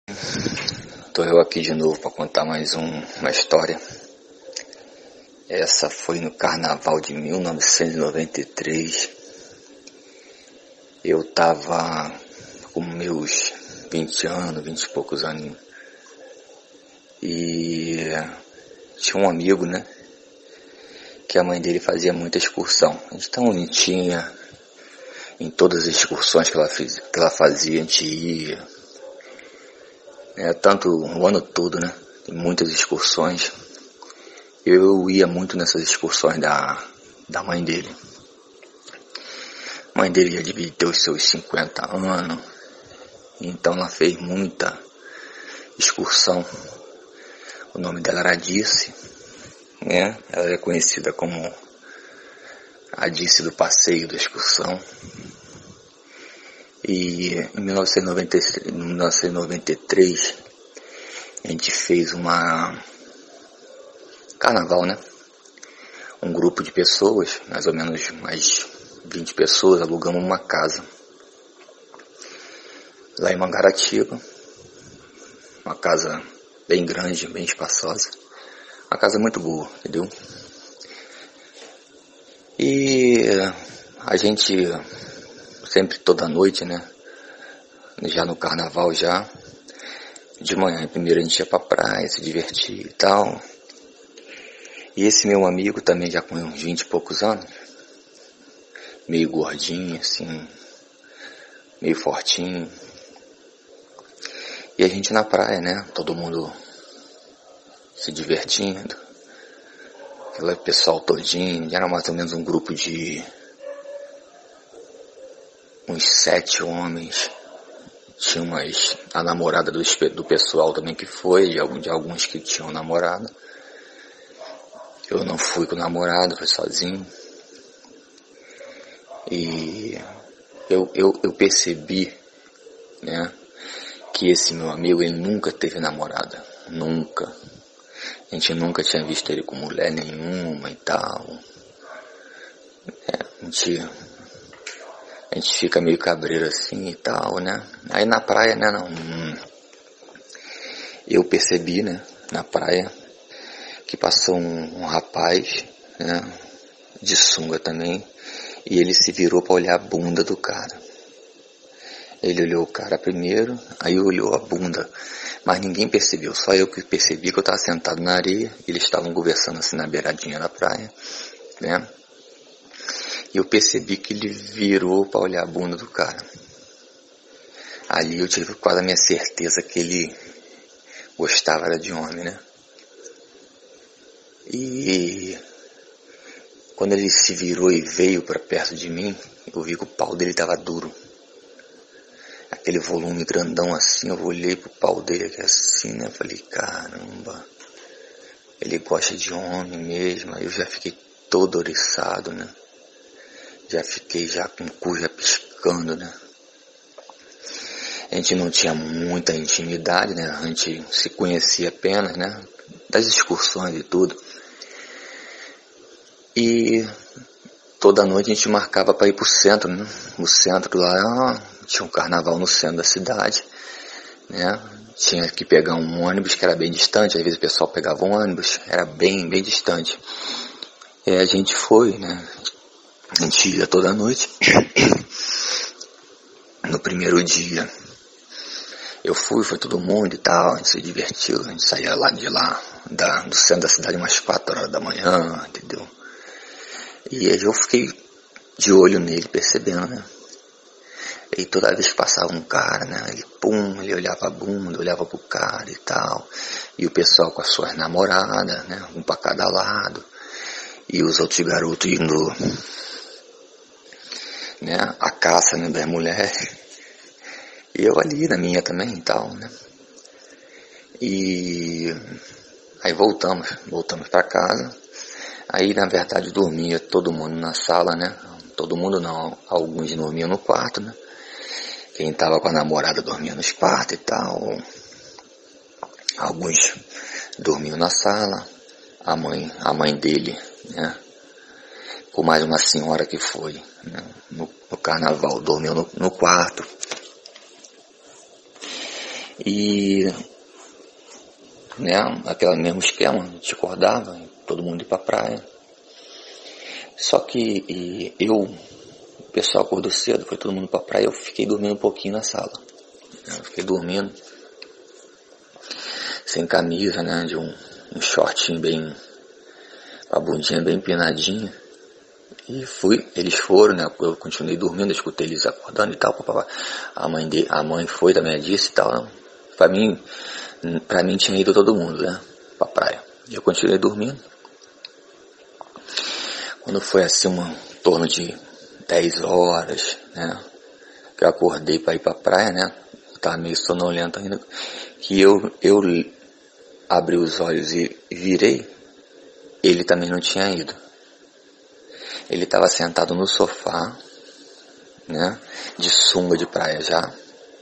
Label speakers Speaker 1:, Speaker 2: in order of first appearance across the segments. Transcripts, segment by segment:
Speaker 1: Tô eu aqui de novo para contar mais uma história. Essa foi no carnaval de 1993. Eu tava com meus 20 anos, 20 e poucos anos. E tinha um amigo, né? Que a mãe dele fazia muita excursão. Então a gente tinha, em todas as excursões que ela fazia, a gente ia. Tanto o ano todo, né? Tem muitas excursões. Eu ia muito nessas excursões da mãe dele. A mãe dele já devia ter os seus 50 anos. Então ela fez muita excursão. O nome dela era Dirce, né? Ela é conhecida como a Dirce do passeio da excursão. E em 1993 a gente fez carnaval, né? Um grupo de pessoas, mais ou menos mais 20 pessoas, alugamos uma casa lá em Mangaratiba, uma casa bem grande, bem espaçosa, uma casa muito boa, entendeu? E a gente sempre toda noite, né? Já no carnaval já, de manhã primeiro a gente ia pra praia, se divertir e tal. E esse meu amigo também já com uns 20 e poucos anos, meio gordinho assim, meio fortinho. E a gente na praia, né? Todo mundo se divertindo. Aquele pessoal todinho, era mais ou menos um grupo de uns 7 homens. Tinha a namorada do pessoal também que foi, de alguns que tinham namorada. Eu não fui com o namorado, fui sozinho. E eu percebi, né, que esse meu amigo, ele nunca teve namorada. Nunca. A gente nunca tinha visto ele com mulher nenhuma e tal. A gente fica meio cabreiro assim e tal, né? Aí na praia, né, eu percebi, né, na praia, que passou um rapaz, né, de sunga também, e ele se virou para olhar a bunda do cara. Ele olhou o cara primeiro, aí olhou a bunda, mas ninguém percebeu, só eu que percebi que eu estava sentado na areia, eles estavam conversando assim na beiradinha da praia, né? E eu percebi que ele virou para olhar a bunda do cara. Ali eu tive quase a minha certeza que ele gostava era de homem, né? E quando ele se virou e veio para perto de mim, eu vi que o pau dele estava duro. Aquele volume grandão assim, eu olhei pro pau dele aqui assim, né? Falei, caramba, ele gosta de homem mesmo. Aí eu já fiquei todo oriçado, né? Já fiquei já com o cu já piscando, né? A gente não tinha muita intimidade, né? A gente se conhecia apenas, né? Das excursões e tudo. E toda noite a gente marcava para ir pro centro, né? O centro lá, tinha um carnaval no centro da cidade, né? Tinha que pegar um ônibus que era bem distante, às vezes o pessoal pegava um ônibus, era bem, bem distante. E a gente foi, né? A gente ia toda noite. No primeiro dia, foi todo mundo e tal, a gente se divertiu, a gente saía lá do centro da cidade umas 4 horas da manhã, entendeu? E aí eu fiquei de olho nele, percebendo, né? E toda vez que passava um cara, né? Ele olhava a bunda, olhava pro cara e tal. E o pessoal com as suas namoradas, né? Um pra cada lado. E os outros garotos indo, né? A caça, né? Das mulheres. E eu ali na minha também e tal, né? E aí voltamos pra casa. Aí, na verdade, dormia todo mundo na sala, né? Todo mundo não, alguns dormiam no quarto, né? Quem tava com a namorada dormia nos quartos e tal. Alguns dormiam na sala. A mãe dele, né? Com mais uma senhora que foi, né? No carnaval, dormiu no quarto. E, né, aquele mesmo esquema, a gente acordava, todo mundo ia pra praia. Só que o pessoal acordou cedo, foi todo mundo pra praia, eu fiquei dormindo um pouquinho na sala. Eu fiquei dormindo, sem camisa, né, de um shortinho bem, a bundinha bem empinadinha. E eles foram, né, eu continuei dormindo, eu escutei eles acordando e tal, papapá. A mãe foi também, disse e tal, né. Pra mim tinha ido todo mundo, né, pra praia. E eu continuei dormindo. Quando foi assim, em torno de 10 horas, né, que eu acordei pra ir pra praia, né, eu tava meio sonolento ainda, que eu abri os olhos e virei, ele também não tinha ido. Ele estava sentado no sofá, né, de sunga de praia já.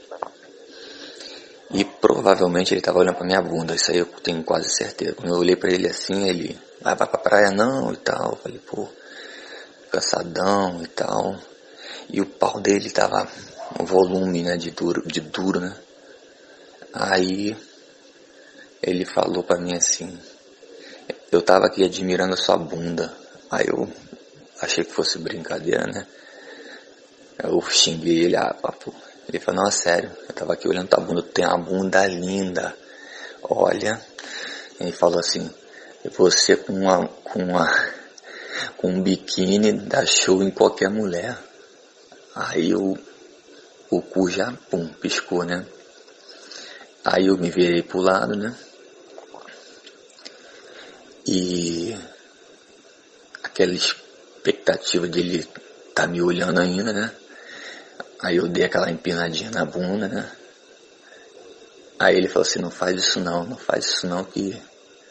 Speaker 1: E provavelmente ele estava olhando pra minha bunda, isso aí eu tenho quase certeza. Quando eu olhei pra ele assim, ele, vai pra praia não e tal. Eu falei, pô, cansadão e tal. E o pau dele tava um volume, né, de duro, né. Aí ele falou pra mim assim, eu tava aqui admirando a sua bunda. Aí eu achei que fosse brincadeira, né. Eu xinguei ele, papo. Ele falou, não, sério, eu tava aqui olhando tua bunda, tu tem uma bunda linda. Olha, ele falou assim, você com um biquíni dá show em qualquer mulher. Aí o cu já, piscou, né. Aí eu me virei pro lado, né. E aquela expectativa de ele tá me olhando ainda, né. Aí eu dei aquela empinadinha na bunda, né. Aí ele falou assim, não faz isso não que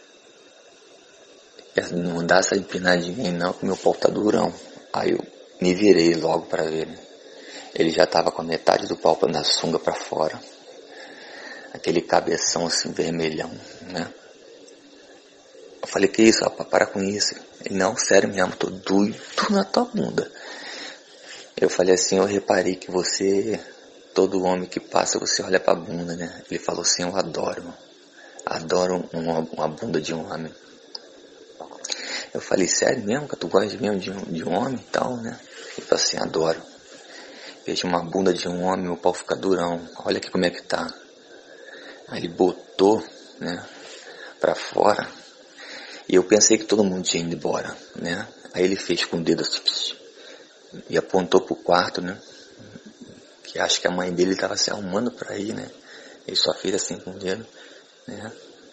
Speaker 1: não dá essa empinadinha aí não, que meu pau tá durão. Aí eu me virei logo pra ver, né. Ele já tava com a metade do pau da sunga pra fora. Aquele cabeção assim vermelhão, né. Eu falei, que isso, rapaz, para com isso. Ele, não, sério mesmo, tô doido na tua bunda. Eu falei assim, eu reparei que você, todo homem que passa, você olha pra bunda, né. Ele falou assim, eu adoro uma bunda de um homem. Eu falei, sério mesmo, que tu gosta mesmo de um homem e tal, né. Ele falou assim, adoro. Vejo uma bunda de um homem, meu pau fica durão, olha aqui como é que tá. Aí ele botou, né, pra fora, e eu pensei que todo mundo tinha ido embora, né. Aí ele fez com o dedo assim, e apontou pro quarto, né, que acho que a mãe dele estava se arrumando pra ir, né. Ele só fez assim com o dedo, né.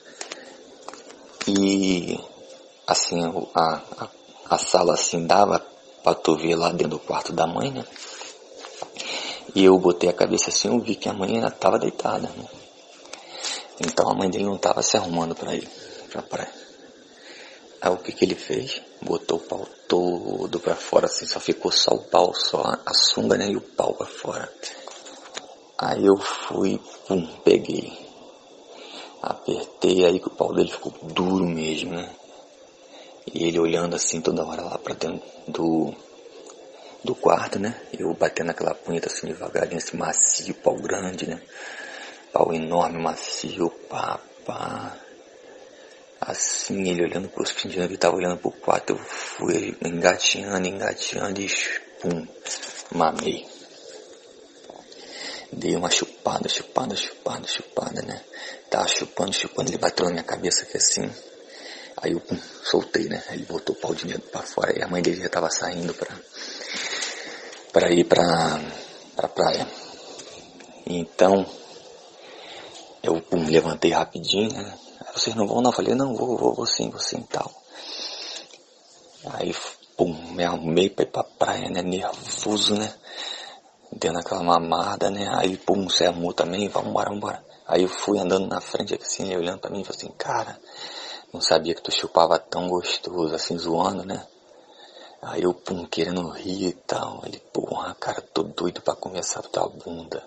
Speaker 1: E assim, a sala assim dava pra tu ver lá dentro do quarto da mãe, né. E eu botei a cabeça assim, eu vi que a mãe ainda estava deitada, né. Então a mãe dele não estava se arrumando pra ir pra praia. Aí o que ele fez? Botou o pau todo pra fora, assim, só ficou só o pau, só a sunga, né, e o pau pra fora. Aí eu fui, peguei, apertei, aí que o pau dele ficou duro mesmo, né. E ele olhando assim toda hora lá pra dentro do quarto, né, eu batendo aquela punheta assim devagarinho, assim, macio, pau grande, né, pau enorme, macio, pá. Assim, ele olhando pros fingindo que ele tava olhando pro quarto, eu fui engateando e mamei. Dei uma chupada, né. Tava chupando, ele bateu na minha cabeça aqui assim. Aí eu soltei, né, ele botou o pau de dentro pra fora e a mãe dele já tava saindo pra ir pra praia. Então, eu levantei rapidinho, né. Vocês não vão não? Eu falei, não, vou sim e tal. Aí, me arrumei pra ir pra praia, né, nervoso, né, dando aquela mamada, né, aí, você arrumou também, vambora. Aí eu fui andando na frente, assim, ele olhando pra mim e falou assim, cara, não sabia que tu chupava tão gostoso, assim, zoando, né. Aí eu, querendo rir e tal, ele, cara, tô doido pra começar a tua bunda.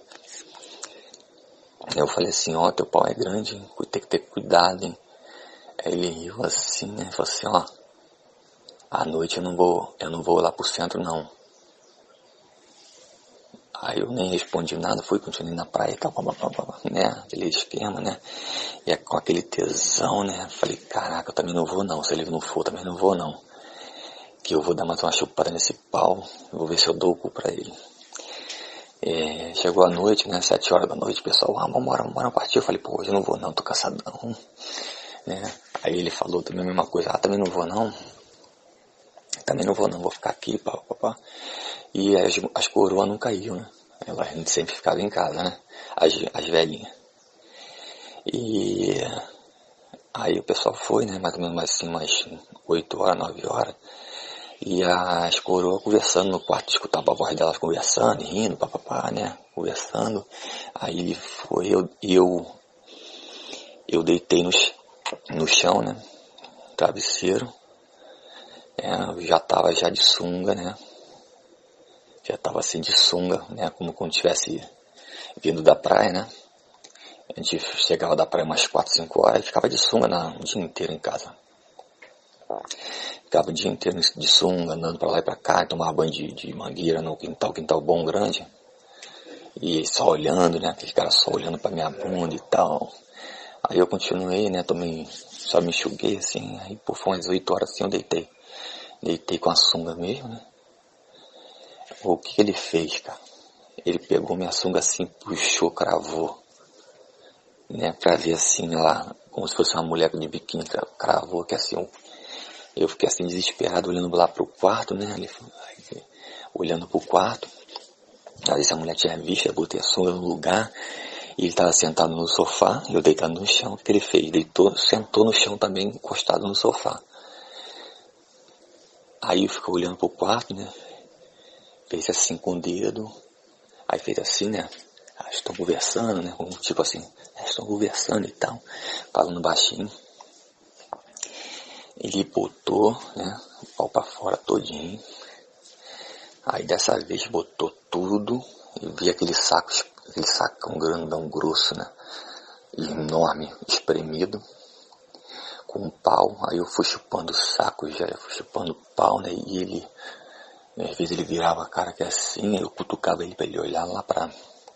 Speaker 1: Eu falei assim, ó, teu pau é grande, hein? Tem que ter cuidado, hein. Aí ele riu assim, né, falou assim, ó, à noite eu não vou lá pro centro não. Aí eu nem respondi nada, continuei na praia e tal, né, aquele esquema, né, e com aquele tesão, né, falei, caraca, eu também não vou não, se ele não for, também não vou não, que eu vou dar mais uma chupada nesse pau, vou ver se eu dou o cu pra ele. Chegou a noite, né, 7 horas da noite, o pessoal, vambora partir, eu falei, pô, hoje eu não vou não, tô cansadão, né, aí ele falou também a mesma coisa, também não vou não, vou ficar aqui, papapá. E as coroas não caíam, né? Elas sempre ficavam em casa, né? As velhinhas. E aí o pessoal foi, né? Mais ou menos assim, umas 8 horas, 9 horas. E as coroas conversando no quarto, escutava a voz delas conversando, rindo, papapá, né? Conversando. Aí ele foi, eu deitei no chão, né? Travesseiro. Eu já tava já de sunga, né? Já tava assim de sunga, né? Como quando tivesse vindo da praia, né? A gente chegava da praia umas 4, 5 horas e ficava de sunga o dia inteiro em casa. Ficava o dia inteiro de sunga, andando pra lá e pra cá, tomava banho de mangueira no quintal bom, grande. E só olhando, né? Aquele cara só olhando pra minha bunda e tal. Aí eu continuei, né? Só me enxuguei assim, aí por umas 8 horas assim eu deitei. Deitei com a sunga mesmo, né? O que ele fez, cara? Ele pegou minha sunga assim, puxou, cravou, né? Pra ver assim lá, como se fosse uma mulher de biquíni, cravou, que assim, eu fiquei assim desesperado, olhando lá pro quarto, né? Olhando pro quarto, pra ver se a mulher tinha visto, eu botei a sunga no lugar, e ele tava sentado no sofá, eu deitado no chão. O que ele fez? Sentou no chão também, encostado no sofá. Aí eu fiquei olhando pro quarto, né? Fez assim com o dedo, aí fez assim, né? Estão conversando, né? Tipo assim, estão conversando e tal, falando baixinho. Ele botou, né? O pau pra fora todinho. Aí dessa vez botou tudo. Eu vi aquele sacão grandão, grosso, né? Enorme, espremido. Com um pau. Aí eu fui chupando o saco já, fui chupando o pau, né? E ele, às vezes ele virava a cara que assim, eu cutucava ele pra ele olhar lá pra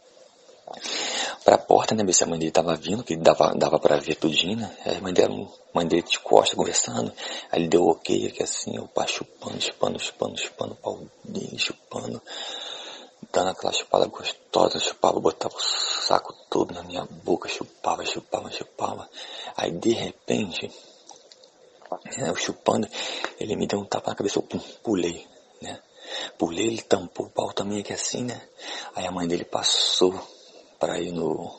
Speaker 1: porta, né, ver se a mãe dele tava vindo, que dava pra ver tudinho, né, aí a mãe dele de costas conversando, aí ele deu ok, aqui assim, o pai chupando o pau dele, chupando, dando aquela chupada gostosa, chupava, botava o saco todo na minha boca, chupava, aí de repente, eu chupando, ele me deu um tapa na cabeça, eu pulei, né, ele tampou o pau também aqui assim, né, aí a mãe dele passou para ir no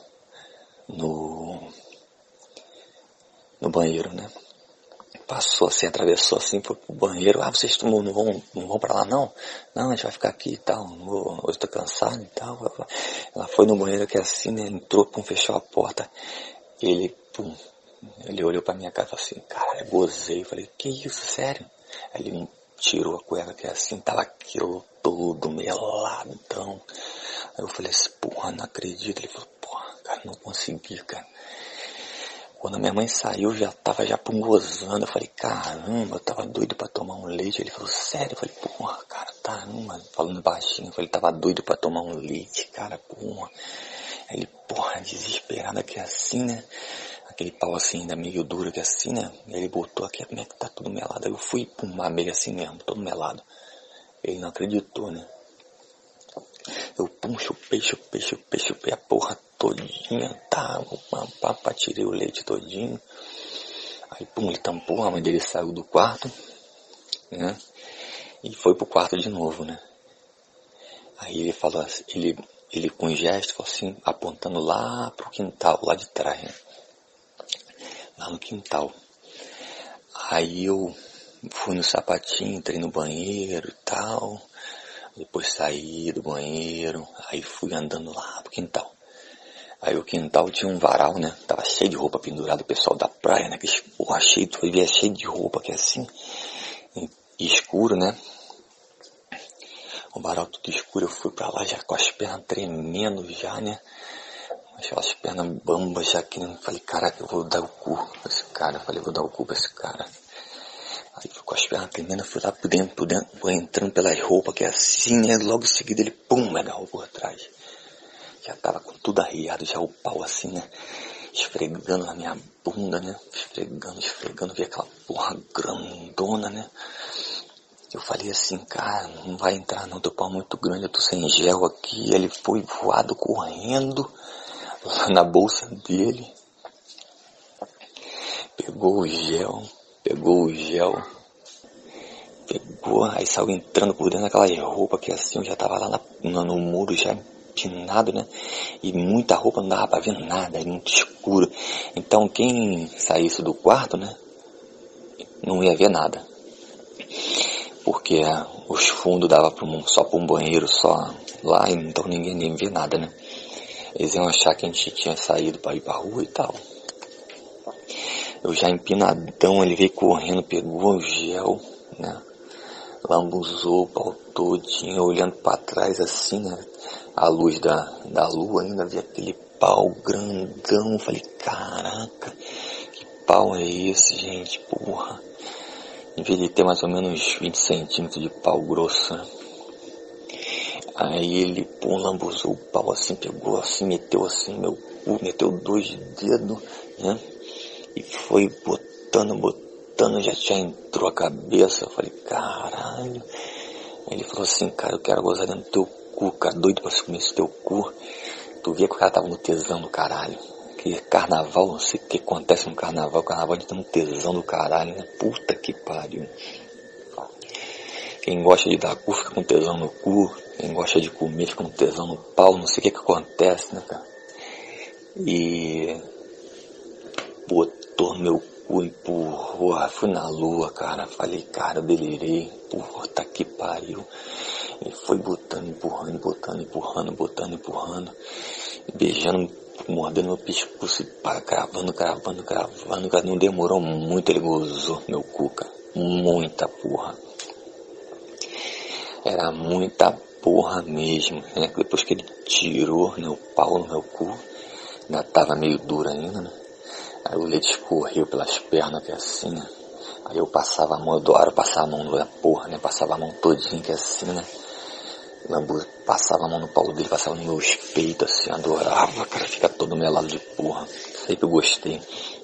Speaker 1: banheiro, né? Passou assim, atravessou assim, foi pro banheiro. Vocês não vão pra lá não? Não, a gente vai ficar aqui e tal. Hoje tô cansado e tal. Ela foi no banheiro que assim, né? Entrou, fechou a porta. Ele olhou pra minha cara e falou assim, cara, eu gozei. Eu falei, que isso, sério? Aí ele tirou a cueca que assim, tava aquilo todo melado, então. Aí eu falei assim, porra, não acredito. Ele falou, porra, cara, não consegui, cara. Quando a minha mãe saiu, eu já tava gozando. Eu falei, caramba, eu tava doido pra tomar um leite. Ele falou, sério? Eu falei, porra, cara, caramba. Falando baixinho, eu falei, tava doido pra tomar um leite, cara, porra. Aí ele, porra, desesperado aqui assim, né? Aquele pau assim, ainda meio duro aqui assim, né? E ele botou aqui, como é que tá tudo melado? Aí eu fui, mamei assim mesmo, todo melado. Ele não acreditou, né? Eu chupei a porra todinha, tá, tirei o leite todinho. Aí ele tampou, a mãe dele saiu do quarto, né, e foi pro quarto de novo, né. Aí ele falou assim, ele com um gesto, falou assim, apontando lá pro quintal, lá de trás, né, lá no quintal. Aí eu fui no sapatinho, entrei no banheiro e tal. Depois saí do banheiro, aí fui andando lá pro quintal. Aí o quintal tinha um varal, né? Tava cheio de roupa pendurada, o pessoal da praia, né? Que porra, cheio de roupa, que é assim, escuro, né? O varal tudo escuro, eu fui pra lá já com as pernas tremendo já, né? Aquelas pernas bambas já que, né? Falei, caraca, eu vou dar o cu pra esse cara. Falei, vou dar o cu pra esse cara. Aí ficou as pernas tremendo, fui lá por dentro, foi entrando pelas roupas, que é assim, né? Logo em seguida ele, pum, me agarrou por trás. Já tava com tudo arriado, já o pau assim, né? Esfregando na minha bunda, né? Esfregando, vi aquela porra grandona, né? Eu falei assim, cara, não vai entrar não, teu pau é muito grande, eu tô sem gel aqui. Ele foi voado correndo lá na bolsa dele. Pegou o gel, aí saiu entrando por dentro daquelas roupas que assim, eu já tava lá no muro já empinado, né? E muita roupa, não dava pra ver nada, era muito escuro. Então quem saísse do quarto, né? Não ia ver nada. Porque os fundos dava só pra um banheiro só lá, então ninguém nem vê nada, né? Eles iam achar que a gente tinha saído pra ir pra rua e tal. Eu já empinadão, ele veio correndo, pegou o gel, né? Lambuzou o pau todinho, olhando pra trás assim, né? A luz da lua ainda, vi aquele pau grandão. Falei, caraca, que pau é esse, gente? Porra. Devia ter mais ou menos 20 centímetros de pau grosso, né? Aí ele, pô, lambuzou o pau assim, pegou assim, meteu assim meu cu, meteu 2 dedos, né? E foi botando, já entrou a cabeça. Eu falei, caralho. Ele falou assim, cara, eu quero gozar dentro do teu cu, cara, doido pra comer esse teu cu. Tu via que o cara tava no tesão do caralho. Que carnaval, não sei o que acontece no carnaval a gente tá no tesão do caralho, né? Puta que pariu. Quem gosta de dar cu fica com tesão no cu, quem gosta de comer fica com tesão no pau, não sei o que acontece, né, cara? E botou meu cu, empurrou, fui na lua, cara, falei, cara, eu delirei, puta que pariu. Ele foi botando, empurrando, beijando, mordendo meu pescoço, cravando, cara, não demorou muito, ele gozou meu cu, cara, muita porra. Era muita porra mesmo, né? Depois que ele tirou, né, o pau no meu cu, ainda tava meio duro ainda, né? Aí o leite escorreu pelas pernas, que é assim, né? Aí eu passava a mão, eu adoro passar a mão na porra, né? Passava a mão todinha, que é assim, né? Passava a mão no pau dele, passava no meu peito, assim, adorava, cara, fica todo melado de porra. Sempre gostei.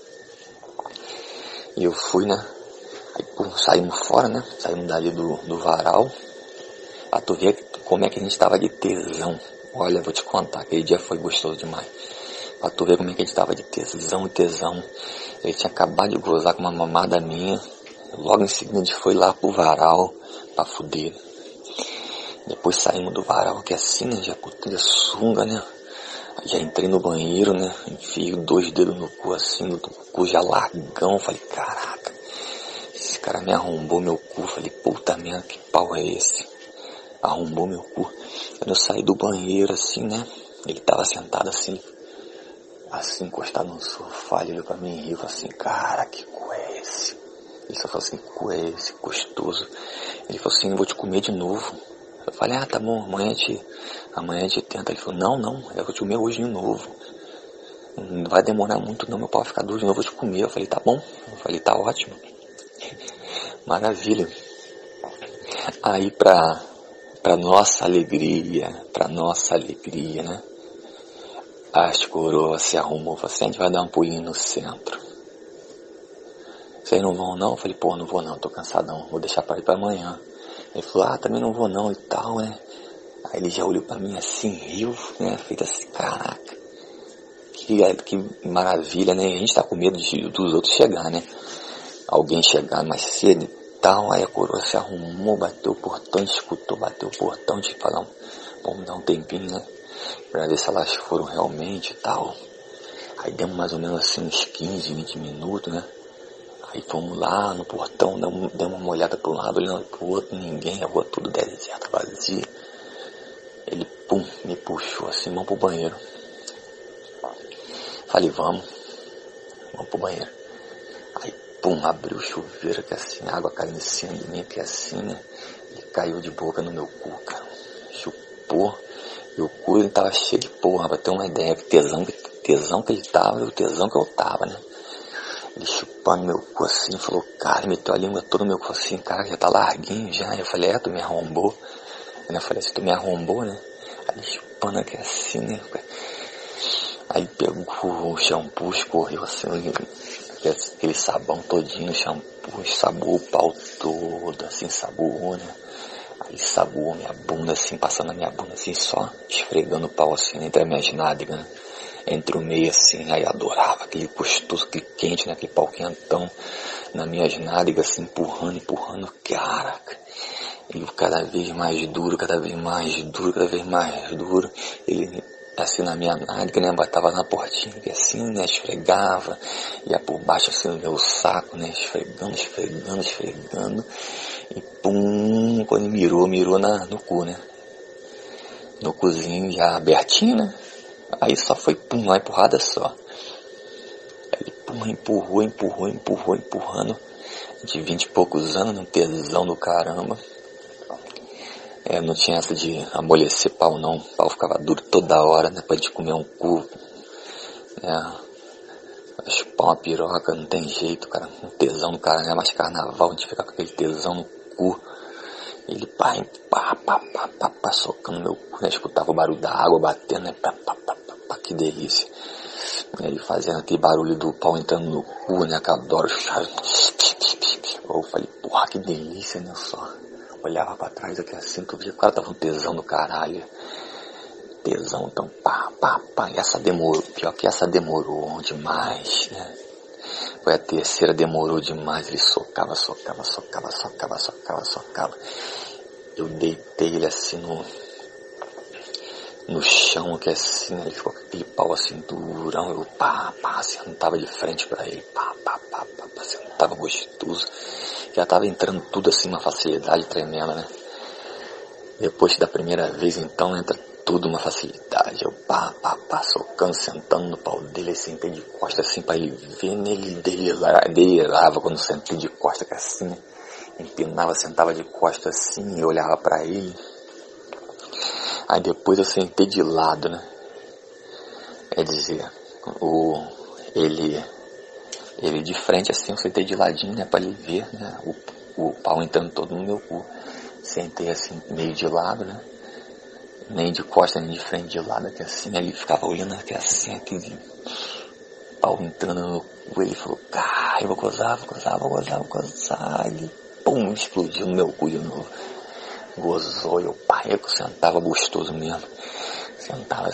Speaker 1: E eu fui, né? Aí, pô, saímos fora, né? Saímos dali do varal. Pra tu ver como é que a gente tava de tesão. Olha, vou te contar, aquele dia foi gostoso demais. Pra tu ver como é que a gente tava de tesão. Ele tinha acabado de gozar com uma mamada minha. Logo em seguida a gente foi lá pro varal pra fuder. Depois saímos do varal, que é assim, né? Já botei a sunga, né? Já entrei no banheiro, né? Enfiei 2 dedos no cu assim, no cu já largão. Falei, caraca, esse cara me arrombou meu cu. Falei, puta merda, que pau é esse? Arrombou meu cu. Quando eu saí do banheiro assim, né? Ele tava sentado assim, encostado no sofá, ele olhou pra mim e riu, assim, cara, que cu é esse? Ele só falou assim, que cu é esse, gostoso. Ele falou assim, eu vou te comer de novo. Eu falei, tá bom, amanhã a gente tenta. Ele falou, não, eu vou te comer hoje de novo. Não vai demorar muito não, meu pau vai ficar duro de novo, eu vou te comer. Eu falei, tá bom. Eu falei, tá ótimo. Maravilha. Aí pra nossa alegria, né? As coroas se arrumou, falou assim, a gente vai dar um pulinho no centro. Vocês não vão não? Eu falei, pô, não vou não, tô cansadão, vou deixar pra ir pra amanhã. Ele falou, também não vou não e tal, né? Aí ele já olhou pra mim assim, riu, né? Feito assim, caraca, que maravilha, né? A gente tá com medo dos outros chegar, né? Alguém chegar mais cedo e tal. Aí a coroa se arrumou, bateu o portão, escutou, bateu o portão, tinha que falar, vamos dar um tempinho, né? Pra ver se elas foram realmente e tal. Aí demos mais ou menos assim uns 15, 20 minutos, né? Aí fomos lá no portão, demos uma olhada pro lado, olhando pro outro, ninguém, a rua tudo deserta, vazia. Ele, pum, me puxou assim, vamos pro banheiro. Falei, vamos pro banheiro. Aí, pum, abriu o chuveiro, que assim, a água caindo em cima de mim, que assim, né? Ele caiu de boca no meu cu, cara. Chupou. E o cu, ele tava cheio de porra, pra ter uma ideia, que tesão que ele tava e o tesão que eu tava, né? Ele chupando meu cu assim, falou, cara, meteu a língua toda no meu cu assim, cara, já tá larguinho já. Eu falei, tu me arrombou. Eu falei assim, tu me arrombou, né? Aí ele chupando aqui assim, né? Aí pegou o shampoo, escorreu assim, aquele sabão todinho no shampoo, saboou o pau todo, assim, saboou, né? Aí saboou minha bunda assim, passando na minha bunda assim, só esfregando o pau assim, entre as minhas nádegas, né? Entre o meio assim, aí adorava aquele gostoso, aquele quente, né? Aquele pau quentão nas minhas nádegas assim, empurrando, caraca. E cada vez mais duro, cada vez mais duro, cada vez mais duro. Ele assim na minha nádega, né, botava na portinha assim, né, esfregava, ia por baixo assim no meu saco, né, esfregando, e pum, quando ele mirou no cu, né, no cozinho já abertinho, né, aí só foi pum, uma empurrada só. Ele pum, empurrando, de 20 e poucos anos, um tesão do caramba. Não tinha essa de amolecer pau não, o pau ficava duro toda hora, né, pra gente comer um cu, né, chupar uma piroca, não tem jeito, cara, um tesão do cara, né, mas carnaval, a gente fica com aquele tesão no cu, ele pá, socando meu cu, né, escutava o barulho da água batendo, né, pá, que delícia, ele fazendo aquele barulho do pau entrando no cu, né, que eu adoro, eu falei, porra, que delícia, né, só. Olhava pra trás aqui assim, que eu via que o cara tava um tesão do caralho. Tesão, então pá. E essa demorou, pior que essa demorou demais, né? Foi a terceira, demorou demais. Ele socava. Eu deitei ele assim no chão, que assim, ele ficou com aquele pau assim durão. Eu sentava de frente pra ele, sentava gostoso. Já tava entrando tudo assim, uma facilidade tremenda, né? Depois da primeira vez, então, entra tudo uma facilidade. Eu socando, sentando no pau dele, sentei de costas assim pra ele ver, nele delirava quando sentei de costas, que assim, né? Empinava, sentava de costas assim e olhava pra ele. Aí depois eu sentei de lado, né? Quer dizer, ele de frente assim, eu sentei de ladinho, né, pra ele ver, né, o pau entrando todo no meu cu. Sentei assim, meio de lado, né, nem de costa, nem de frente, de lado, aqui assim, ele ficava olhando aqui assim, aquele pau entrando no cu, ele falou, cara, eu vou gozar, ele, pum, explodiu no meu cu de novo. Gozou, eu sentava gostoso mesmo. Sentava,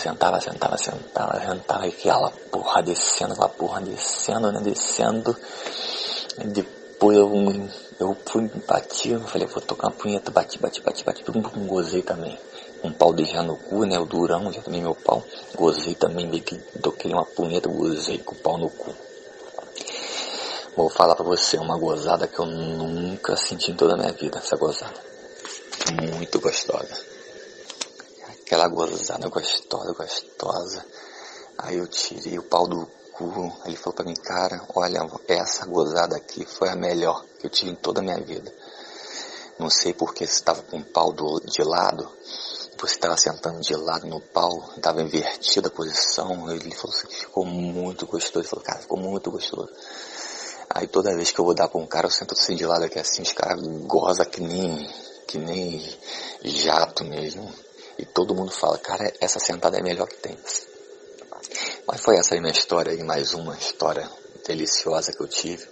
Speaker 1: e aquela porra descendo, né, descendo. E depois eu fui, bati, eu falei, vou tocar uma punheta, bati, gozei também. Um pau de já no cu, né, o durão, já também meu pau. Gozei também, meio que toquei uma punheta, gozei com o pau no cu. Vou falar pra você, uma gozada que eu nunca senti em toda a minha vida, essa gozada. Muito gostosa. Aquela gozada gostosa. Aí eu tirei o pau do cu. Aí ele falou pra mim, cara, olha, essa gozada aqui foi a melhor que eu tive em toda a minha vida. Não sei porque você estava com o pau de lado, você estava sentando de lado no pau, estava invertida a posição. Ele falou assim, ficou muito gostoso. Ele falou, cara, ficou muito gostoso. Aí toda vez que eu vou dar pra um cara, eu sento assim de lado aqui assim, os caras gozam que nem jato mesmo. E todo mundo fala, cara, essa sentada é a melhor que tem. Mas foi essa aí minha história aí, mais uma história deliciosa que eu tive.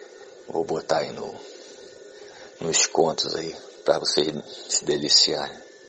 Speaker 1: Vou botar aí nos contos aí, pra vocês se deliciarem.